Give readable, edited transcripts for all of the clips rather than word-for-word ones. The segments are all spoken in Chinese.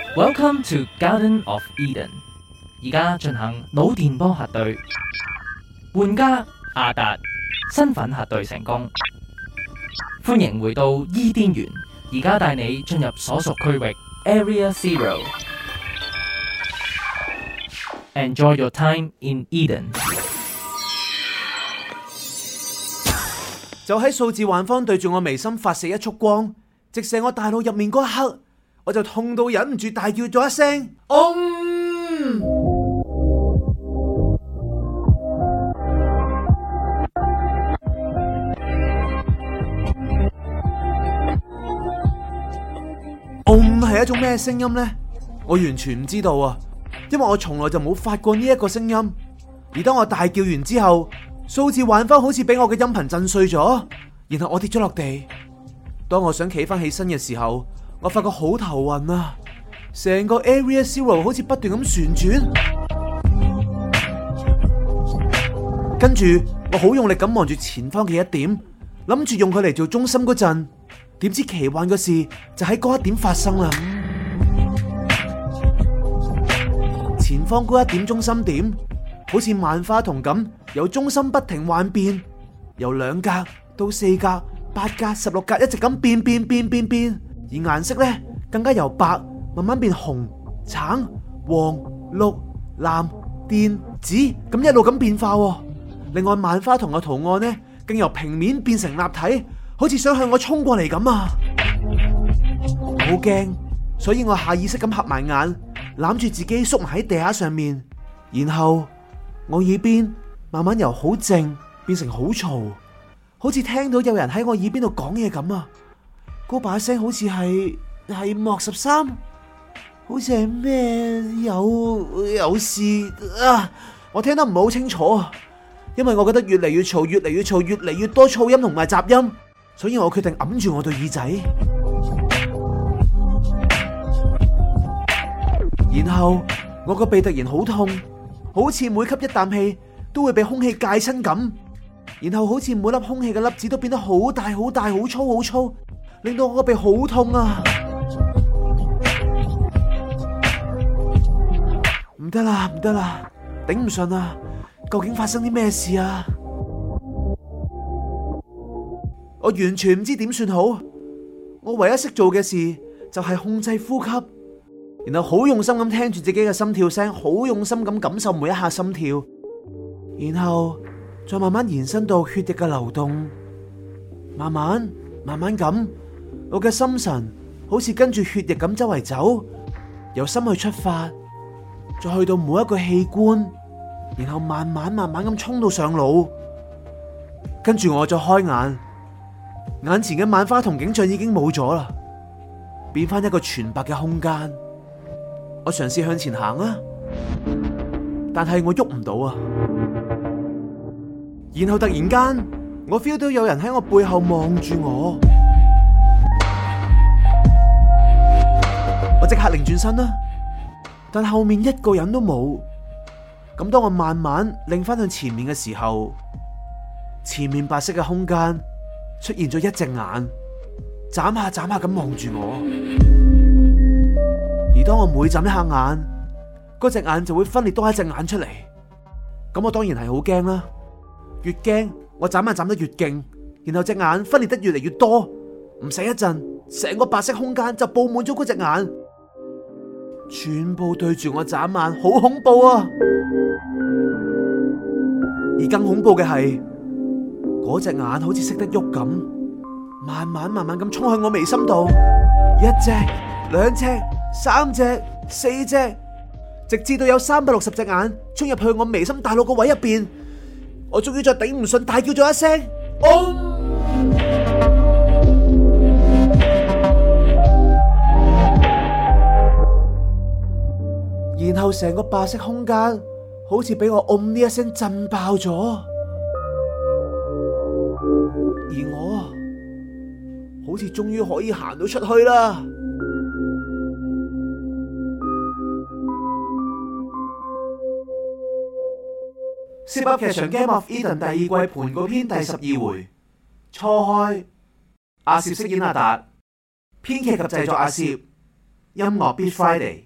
Welcome to Garden of Eden。而家進行腦電波核對，玩家阿達身份核對成功。歡迎回到伊甸園，而家帶你進入所屬區域 Area Zero。Enjoy your time in Eden。 就喺數字幻方對住我眉心發射一束光，直射我大腦入面嗰一刻，我就痛到忍唔住大叫咗一聲係一種咩聲音呢？我完全唔知道啊，因為我從來就冇發過呢一個聲音。而當我大叫完之後，數字幻方好似俾我嘅音頻震碎咗，然後我跌咗落地。當我想企翻起身嘅時候，我發覺好頭暈啊！成個 Area Zero 好似不斷咁旋轉，跟住我好用力咁望住前方嘅一點，諗住用佢嚟做中心嗰陣，點知奇幻嘅事就喺嗰一點發生啦！前方嗰一點中心點，好似萬花筒咁，由中心不停幻變，由2格到4格、8格、16格，一直咁變，而顏色呢，更加由白慢慢變紅、橙、黃、綠、藍、靛、紫，咁一路咁變化。另外萬花筒嘅圖案呢，更由平面變成立體，好似想向我衝過嚟咁啊！好驚，所以我下意識咁合埋眼，攬住自己縮埋喺地下上面，然後我耳邊慢慢由好靜變成好嘈，好似聽到有人喺我耳邊度講嘢咁啊！嗰把聲好似係莫13，好似係咩有事啊！我聽得唔係好清楚啊，因為我覺得越嚟越嘈，越嚟越嘈，越嚟越多噪音同埋雜音，所以我決定揞住我對耳仔。然後我個鼻突然好痛，好似每吸一啖氣都會被空氣戒親咁，然後好似每粒空氣嘅粒子都變得好大好大，好粗好粗，令到我個鼻好痛啊！唔得啦，頂唔順啊！究竟發生啲咩事啊？我完全唔知點算好，我唯一識做嘅事就係控制呼吸，然後好用心咁聽住自己嘅心跳聲，好用心咁感受每一下心跳，然後再慢慢延伸到血液嘅流動，慢慢咁，我嘅心神好似跟住血液咁周圍走，由心去出發，再去到每一個器官，然後慢慢咁衝到上腦，跟住我再開眼，眼前嘅萬花筒景象已經冇咗啦，變翻一個全白嘅空間。我嘗試向前行啊，但係我喐唔到啊。然後突然間，我 feel 到有人喺我背後望住我，我即刻擰轉身啦，但後面一個人都冇。咁當我慢慢擰翻向前面嘅時候，前面白色嘅空間出現咗一隻眼，眨下咁望住我。而當我每眨一下眼，嗰隻眼就會分裂多一隻眼出嚟。咁我當然係好驚啦，越驚我眨眼眨得越勁，然後隻眼分裂得越嚟越多。唔使一陣，成個白色空間就布滿咗嗰隻眼，全部對住我眨眼，好恐怖啊！而更恐怖嘅係，嗰隻眼好似識得喐咁，慢慢咁衝向我眉心度，一隻、2隻、3隻、4隻，直至到有360隻眼衝入去我眉心大腦個位入邊。我終於再頂唔順，大叫咗一聲然後成個白色空間好似俾我呢一聲震爆咗，而我好似終於可以行到出去啦。Zip 噏劇場 Game of Eden 第2季盤古篇第12回初開，阿攝飾演阿達，編劇及製作阿攝， 音樂 Beat Friday。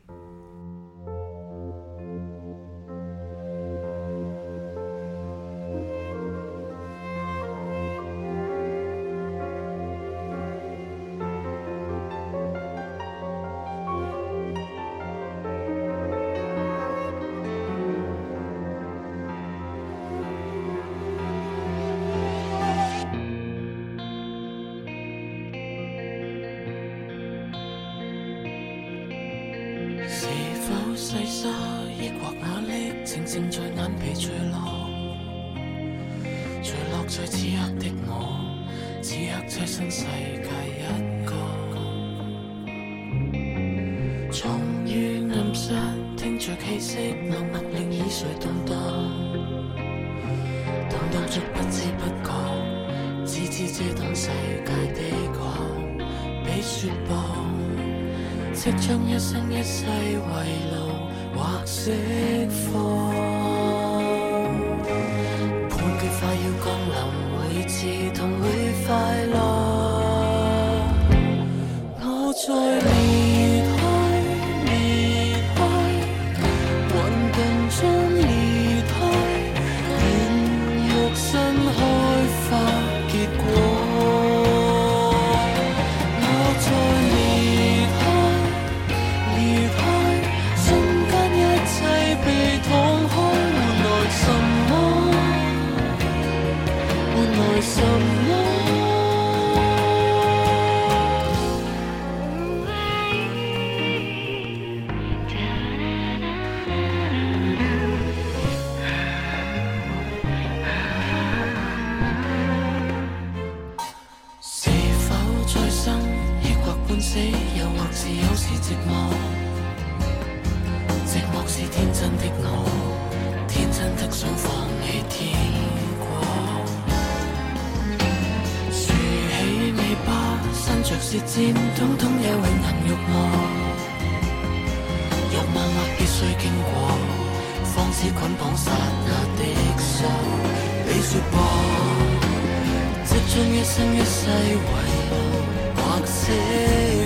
是否細沙，抑或瓦礫，靜靜在眼皮墜落，墜落在此刻的我，此刻棲身世界一角。藏於暗室，聽着氣息，默默令耳垂動盪，動盪着不知不覺，只知遮擋世界的光，比雪薄。即將一生一世為路或釋放，判決快要降臨，會刺痛會快樂。我在離開，離開，混沌中離開，願肉身開花結果。又或是有時寂寞，寂寞是天真的我，天真的想放棄天國。豎起尾巴，伸着舌尖，統統有永恆慾望。若萬或必須經過，方知捆綁剎那的手，比雪薄。即將一生一世為路或釋